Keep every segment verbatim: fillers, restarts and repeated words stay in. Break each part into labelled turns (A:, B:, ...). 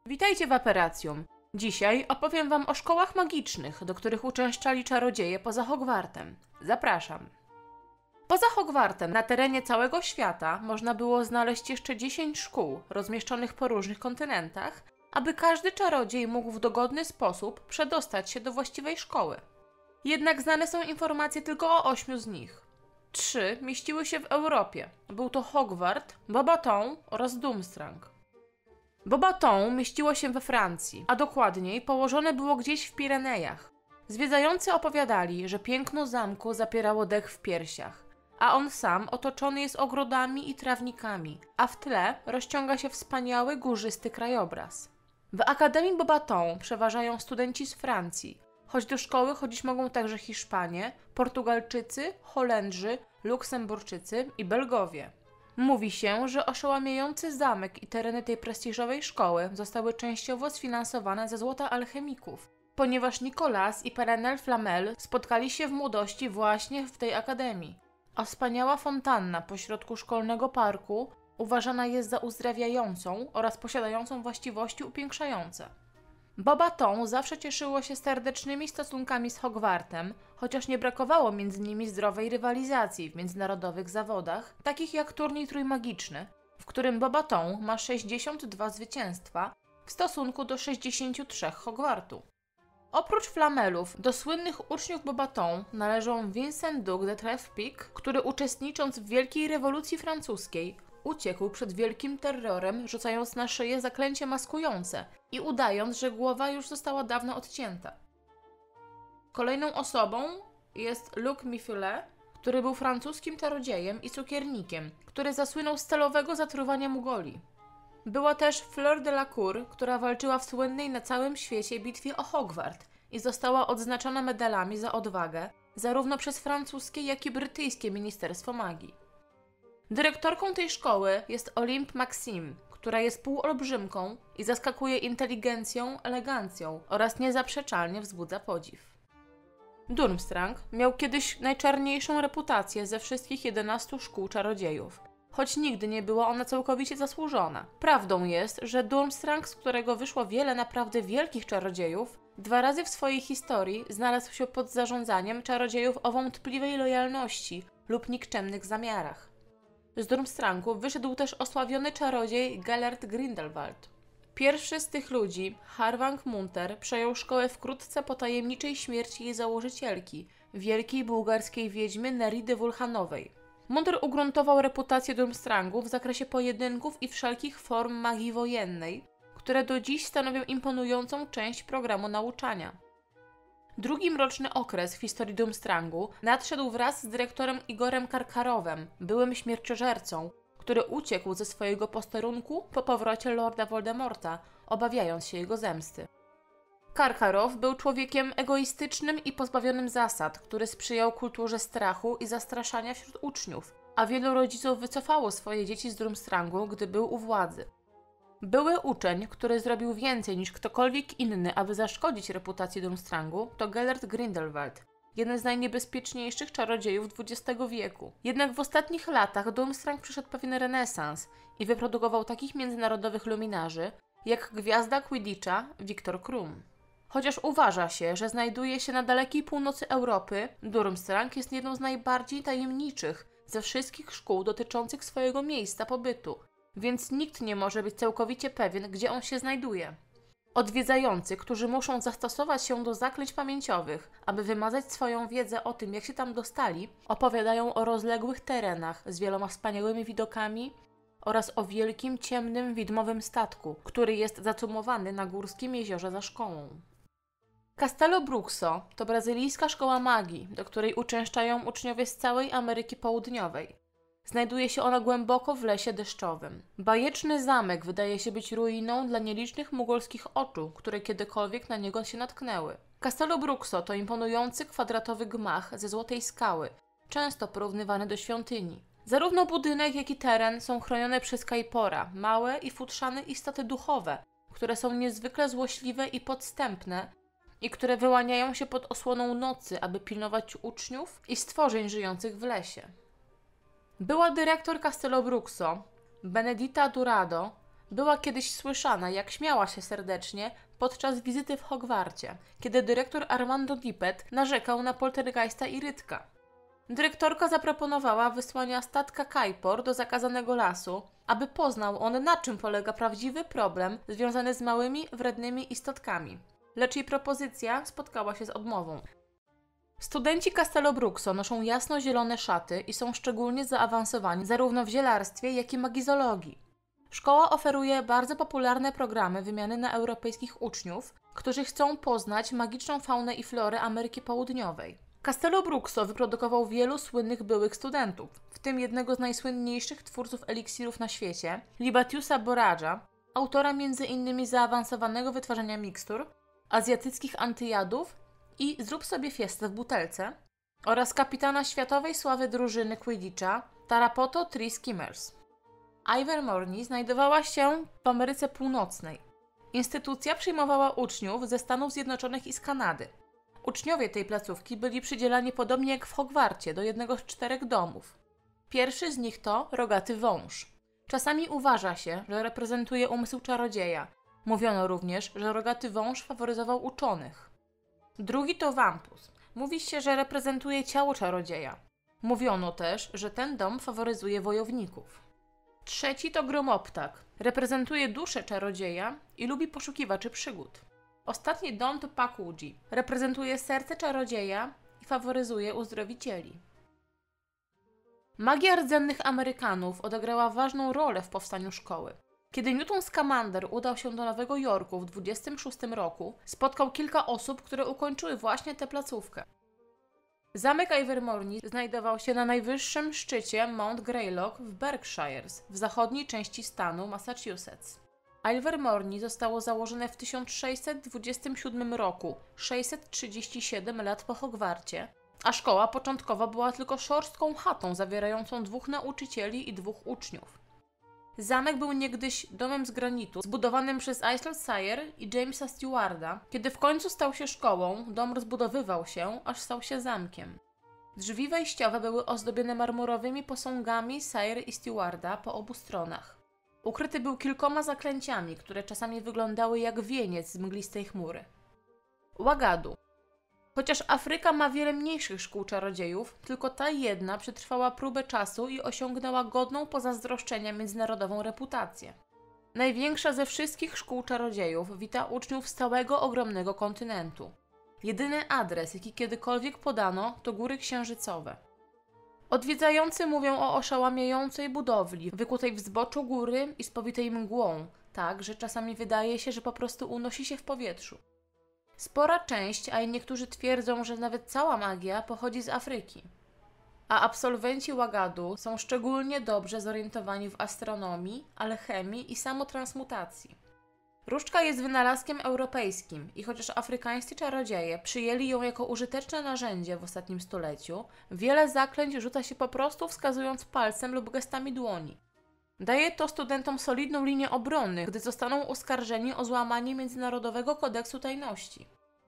A: Witajcie w Aperacjum. Dzisiaj opowiem wam o szkołach magicznych, do których uczęszczali czarodzieje poza Hogwartem. Zapraszam. Poza Hogwartem na terenie całego świata można było znaleźć jeszcze dziesięć szkół rozmieszczonych po różnych kontynentach, aby każdy czarodziej mógł w dogodny sposób przedostać się do właściwej szkoły. Jednak znane są informacje tylko o ośmiu z nich. Trzy mieściły się w Europie. Był to Hogwart, Beauxbaton oraz Durmstrang. Beauxbaton mieściło się we Francji, a dokładniej położone było gdzieś w Pirenejach. Zwiedzający opowiadali, że piękno zamku zapierało dech w piersiach, a on sam otoczony jest ogrodami i trawnikami, a w tle rozciąga się wspaniały górzysty krajobraz. W Akademii Beauxbaton przeważają studenci z Francji, choć do szkoły chodzić mogą także Hiszpanie, Portugalczycy, Holendrzy, Luksemburczycy i Belgowie. Mówi się, że oszałamiający zamek i tereny tej prestiżowej szkoły zostały częściowo sfinansowane ze złota alchemików, ponieważ Nicolas i Perenelle Flamel spotkali się w młodości właśnie w tej akademii, a wspaniała fontanna pośrodku szkolnego parku uważana jest za uzdrawiającą oraz posiadającą właściwości upiększające. Beauxbaton zawsze cieszyło się serdecznymi stosunkami z Hogwartem, chociaż nie brakowało między nimi zdrowej rywalizacji w międzynarodowych zawodach, takich jak turniej trójmagiczny, w którym Beauxbaton ma sześćdziesiąt dwa zwycięstwa w stosunku do sześćdziesięciu trzech Hogwartu. Oprócz Flamelów do słynnych uczniów Beauxbaton należą Vincent Duc de Trèfle-Pic, który uczestnicząc w Wielkiej Rewolucji Francuskiej uciekł przed wielkim terrorem, rzucając na szyję zaklęcie maskujące i udając, że głowa już została dawno odcięta. Kolejną osobą jest Luc Miffilet, który był francuskim czarodziejem i cukiernikiem, który zasłynął z celowego zatruwania Mugoli. Była też Fleur de la Cour, która walczyła w słynnej na całym świecie bitwie o Hogwart i została odznaczona medalami za odwagę zarówno przez francuskie, jak i brytyjskie Ministerstwo Magii. Dyrektorką tej szkoły jest Olympe Maxime, która jest półolbrzymką i zaskakuje inteligencją, elegancją oraz niezaprzeczalnie wzbudza podziw. Durmstrang miał kiedyś najczarniejszą reputację ze wszystkich jedenastu szkół czarodziejów, choć nigdy nie była ona całkowicie zasłużona. Prawdą jest, że Durmstrang, z którego wyszło wiele naprawdę wielkich czarodziejów, dwa razy w swojej historii znalazł się pod zarządzaniem czarodziejów o wątpliwej lojalności lub nikczemnych zamiarach. Z Durmstrangu wyszedł też osławiony czarodziej Gellert Grindelwald. Pierwszy z tych ludzi, Harwang Munter, przejął szkołę wkrótce po tajemniczej śmierci jej założycielki, wielkiej bułgarskiej wiedźmy Neridy Wulchanowej. Munter ugruntował reputację Durmstrangu w zakresie pojedynków i wszelkich form magii wojennej, które do dziś stanowią imponującą część programu nauczania. Drugi mroczny okres w historii Durmstrangu nadszedł wraz z dyrektorem Igorem Karkarowem, byłym śmierciożercą, który uciekł ze swojego posterunku po powrocie Lorda Voldemorta, obawiając się jego zemsty. Karkarow był człowiekiem egoistycznym i pozbawionym zasad, który sprzyjał kulturze strachu i zastraszania wśród uczniów, a wielu rodziców wycofało swoje dzieci z Durmstrangu, gdy był u władzy. Były uczeń, który zrobił więcej niż ktokolwiek inny, aby zaszkodzić reputacji Durmstrangu, to Gellert Grindelwald, jeden z najniebezpieczniejszych czarodziejów dwudziestego wieku. Jednak w ostatnich latach Durmstrang przeszedł pewien renesans i wyprodukował takich międzynarodowych luminarzy, jak gwiazda Quidditcha Viktor Krum. Chociaż uważa się, że znajduje się na dalekiej północy Europy, Durmstrang jest jedną z najbardziej tajemniczych ze wszystkich szkół dotyczących swojego miejsca pobytu, więc nikt nie może być całkowicie pewien, gdzie on się znajduje. Odwiedzający, którzy muszą zastosować się do zaklęć pamięciowych, aby wymazać swoją wiedzę o tym, jak się tam dostali, opowiadają o rozległych terenach z wieloma wspaniałymi widokami oraz o wielkim, ciemnym, widmowym statku, który jest zacumowany na górskim jeziorze za szkołą. Castello Bruxo to brazylijska szkoła magii, do której uczęszczają uczniowie z całej Ameryki Południowej. Znajduje się ona głęboko w lesie deszczowym. Bajeczny zamek wydaje się być ruiną dla nielicznych mugolskich oczu, które kiedykolwiek na niego się natknęły. Castello Bruxo to imponujący kwadratowy gmach ze złotej skały, często porównywany do świątyni. Zarówno budynek, jak i teren są chronione przez Kaipora, małe i futrzane istoty duchowe, które są niezwykle złośliwe i podstępne i które wyłaniają się pod osłoną nocy, aby pilnować uczniów i stworzeń żyjących w lesie. Była dyrektor Castello Bruxo, Benedita Durado, Była kiedyś słyszana, jak śmiała się serdecznie podczas wizyty w Hogwarcie, kiedy dyrektor Armando Tippett narzekał na poltergeista i Rytka. Dyrektorka zaproponowała wysłania statka Kajpor do zakazanego lasu, aby poznał on, na czym polega prawdziwy problem związany z małymi, wrednymi istotkami. Lecz jej propozycja spotkała się z odmową. Studenci Castello Bruxo noszą jasno-zielone szaty i są szczególnie zaawansowani zarówno w zielarstwie, jak i magizologii. Szkoła oferuje bardzo popularne programy wymiany na europejskich uczniów, którzy chcą poznać magiczną faunę i florę Ameryki Południowej. Castello Bruxo wyprodukował wielu słynnych byłych studentów, w tym jednego z najsłynniejszych twórców eliksirów na świecie, Libatiusa Boraja, autora między innymi zaawansowanego wytwarzania mikstur, azjatyckich antyjadów i Zrób sobie fiestę w butelce, oraz kapitana światowej sławy drużyny Quidditcha Tarapoto Three Skimmers. Ivermorny znajdowała się w Ameryce Północnej. Instytucja przyjmowała uczniów ze Stanów Zjednoczonych i z Kanady. Uczniowie tej placówki byli przydzielani podobnie jak w Hogwarcie do jednego z czterech domów. Pierwszy z nich to Rogaty Wąż. Czasami uważa się, że reprezentuje umysł czarodzieja. Mówiono również, że Rogaty Wąż faworyzował uczonych. Drugi to Wampus. Mówi się, że reprezentuje ciało czarodzieja. Mówiono też, że ten dom faworyzuje wojowników. Trzeci to Gromoptak. Reprezentuje duszę czarodzieja i lubi poszukiwaczy przygód. Ostatni dom to Pakuji. Reprezentuje serce czarodzieja i faworyzuje uzdrowicieli. Magia rdzennych Amerykanów odegrała ważną rolę w powstaniu szkoły. Kiedy Newton Scamander udał się do Nowego Jorku w dwudziestym szóstym roku, spotkał kilka osób, które ukończyły właśnie tę placówkę. Zamek Ivermorny znajdował się na najwyższym szczycie Mount Greylock w Berkshires, w zachodniej części stanu Massachusetts. Ivermorny zostało założone w tysiąc sześćset dwudziestym siódmym roku, sześćset trzydzieści siedem lat po Hogwarcie, a szkoła początkowo była tylko szorstką chatą zawierającą dwóch nauczycieli i dwóch uczniów. Zamek był niegdyś domem z granitu, zbudowanym przez Isle Sire i Jamesa Stewarda. Kiedy w końcu stał się szkołą, dom rozbudowywał się, aż stał się zamkiem. Drzwi wejściowe były ozdobione marmurowymi posągami Sire i Stewarda po obu stronach. Ukryty był kilkoma zaklęciami, które czasami wyglądały jak wieniec z mglistej chmury. Ouagadougou. Chociaż Afryka ma wiele mniejszych szkół czarodziejów, tylko ta jedna przetrwała próbę czasu i osiągnęła godną pozazdroszczenia międzynarodową reputację. Największa ze wszystkich szkół czarodziejów wita uczniów z całego ogromnego kontynentu. Jedyny adres, jaki kiedykolwiek podano, to Góry Księżycowe. Odwiedzający mówią o oszałamiającej budowli, wykutej w zboczu góry i spowitej mgłą, tak, że czasami wydaje się, że po prostu unosi się w powietrzu. Spora część, a i niektórzy twierdzą, że nawet cała magia pochodzi z Afryki. A absolwenci Ouagadougou są szczególnie dobrze zorientowani w astronomii, alchemii i samotransmutacji. Różdżka jest wynalazkiem europejskim i chociaż afrykańscy czarodzieje przyjęli ją jako użyteczne narzędzie w ostatnim stuleciu, wiele zaklęć rzuca się po prostu wskazując palcem lub gestami dłoni. Daje to studentom solidną linię obrony, gdy zostaną oskarżeni o złamanie Międzynarodowego Kodeksu Tajności.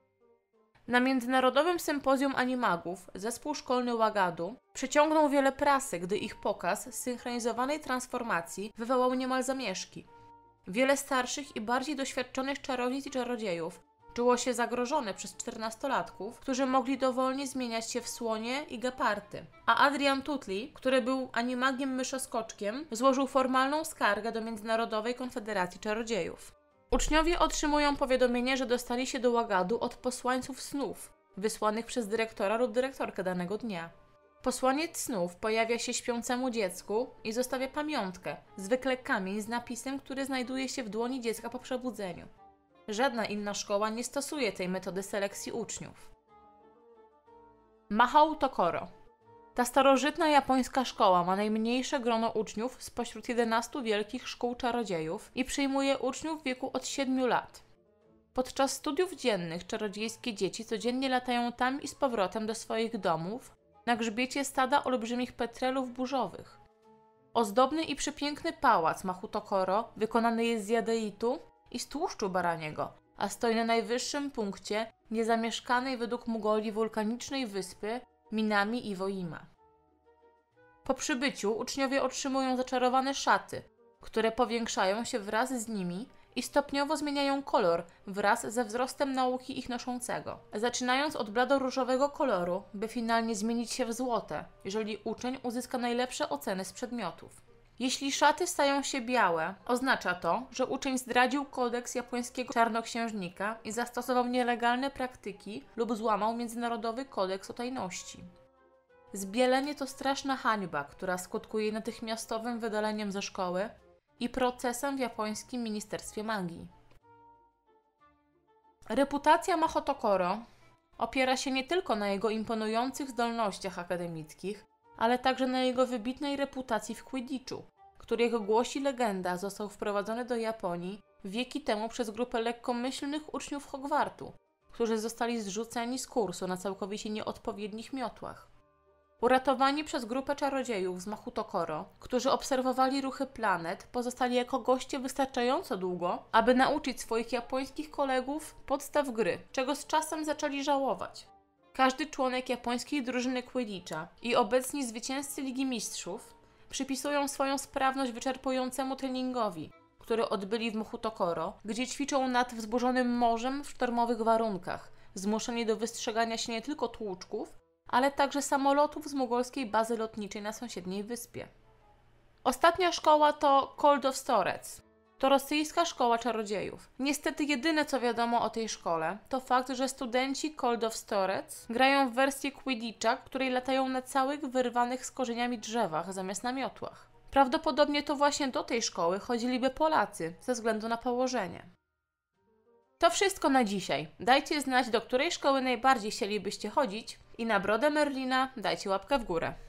A: Na Międzynarodowym Sympozjum Animagów zespół szkolny Ouagadougou przyciągnął wiele prasy, gdy ich pokaz zsynchronizowanej transformacji wywołał niemal zamieszki. Wiele starszych i bardziej doświadczonych czarodziejów i czarodziejów czuło się zagrożone przez czternastolatków, którzy mogli dowolnie zmieniać się w słonie i gepardy. A Adrian Tutli, który był animagiem myszoskoczkiem, złożył formalną skargę do Międzynarodowej Konfederacji Czarodziejów. Uczniowie otrzymują powiadomienie, że dostali się do Ouagadougou od posłańców snów, wysłanych przez dyrektora lub dyrektorkę danego dnia. Posłaniec snów pojawia się śpiącemu dziecku i zostawia pamiątkę, zwykle kamień z napisem, który znajduje się w dłoni dziecka po przebudzeniu. Żadna inna szkoła nie stosuje tej metody selekcji uczniów. Mahou Tokoro. Ta starożytna japońska szkoła ma najmniejsze grono uczniów spośród jedenastu wielkich szkół czarodziejów i przyjmuje uczniów w wieku od siedmiu lat. Podczas studiów dziennych czarodziejskie dzieci codziennie latają tam i z powrotem do swoich domów na grzbiecie stada olbrzymich petrelów burzowych. Ozdobny i przepiękny pałac Mahou Tokoro wykonany jest z jadeitu i z tłuszczu baraniego, a stoi na najwyższym punkcie niezamieszkanej według Mugoli wulkanicznej wyspy Minami Iwo Jima. Po przybyciu uczniowie otrzymują zaczarowane szaty, które powiększają się wraz z nimi i stopniowo zmieniają kolor wraz ze wzrostem nauki ich noszącego, zaczynając od bladoróżowego koloru, by finalnie zmienić się w złote, jeżeli uczeń uzyska najlepsze oceny z przedmiotów. Jeśli szaty stają się białe, oznacza to, że uczeń zdradził kodeks japońskiego czarnoksiężnika i zastosował nielegalne praktyki lub złamał międzynarodowy kodeks o tajności. Zbielenie to straszna hańba, która skutkuje natychmiastowym wydaleniem ze szkoły i procesem w japońskim Ministerstwie Magii. Reputacja Mahoto Koro opiera się nie tylko na jego imponujących zdolnościach akademickich, ale także na jego wybitnej reputacji w Quidditchu, który, jak głosi legenda, został wprowadzony do Japonii wieki temu przez grupę lekkomyślnych uczniów Hogwartu, którzy zostali zrzuceni z kursu na całkowicie nieodpowiednich miotłach. Uratowani przez grupę czarodziejów z Mahoto Koro, którzy obserwowali ruchy planet, pozostali jako goście wystarczająco długo, aby nauczyć swoich japońskich kolegów podstaw gry, czego z czasem zaczęli żałować. Każdy członek japońskiej drużyny Quidditcha i obecni zwycięzcy Ligi Mistrzów przypisują swoją sprawność wyczerpującemu treningowi, który odbyli w Mahoto Koro, gdzie ćwiczą nad wzburzonym morzem w sztormowych warunkach, zmuszeni do wystrzegania się nie tylko tłuczków, ale także samolotów z mugolskiej bazy lotniczej na sąsiedniej wyspie. Ostatnia szkoła to Cold of Storets. To rosyjska szkoła czarodziejów. Niestety jedyne co wiadomo o tej szkole to fakt, że studenci Cold of Storets grają w wersję Quidditcha, w której latają na całych wyrwanych z korzeniami drzewach zamiast na miotłach. Prawdopodobnie to właśnie do tej szkoły chodziliby Polacy ze względu na położenie. To wszystko na dzisiaj. Dajcie znać, do której szkoły najbardziej chcielibyście chodzić i na brodę Merlina dajcie łapkę w górę.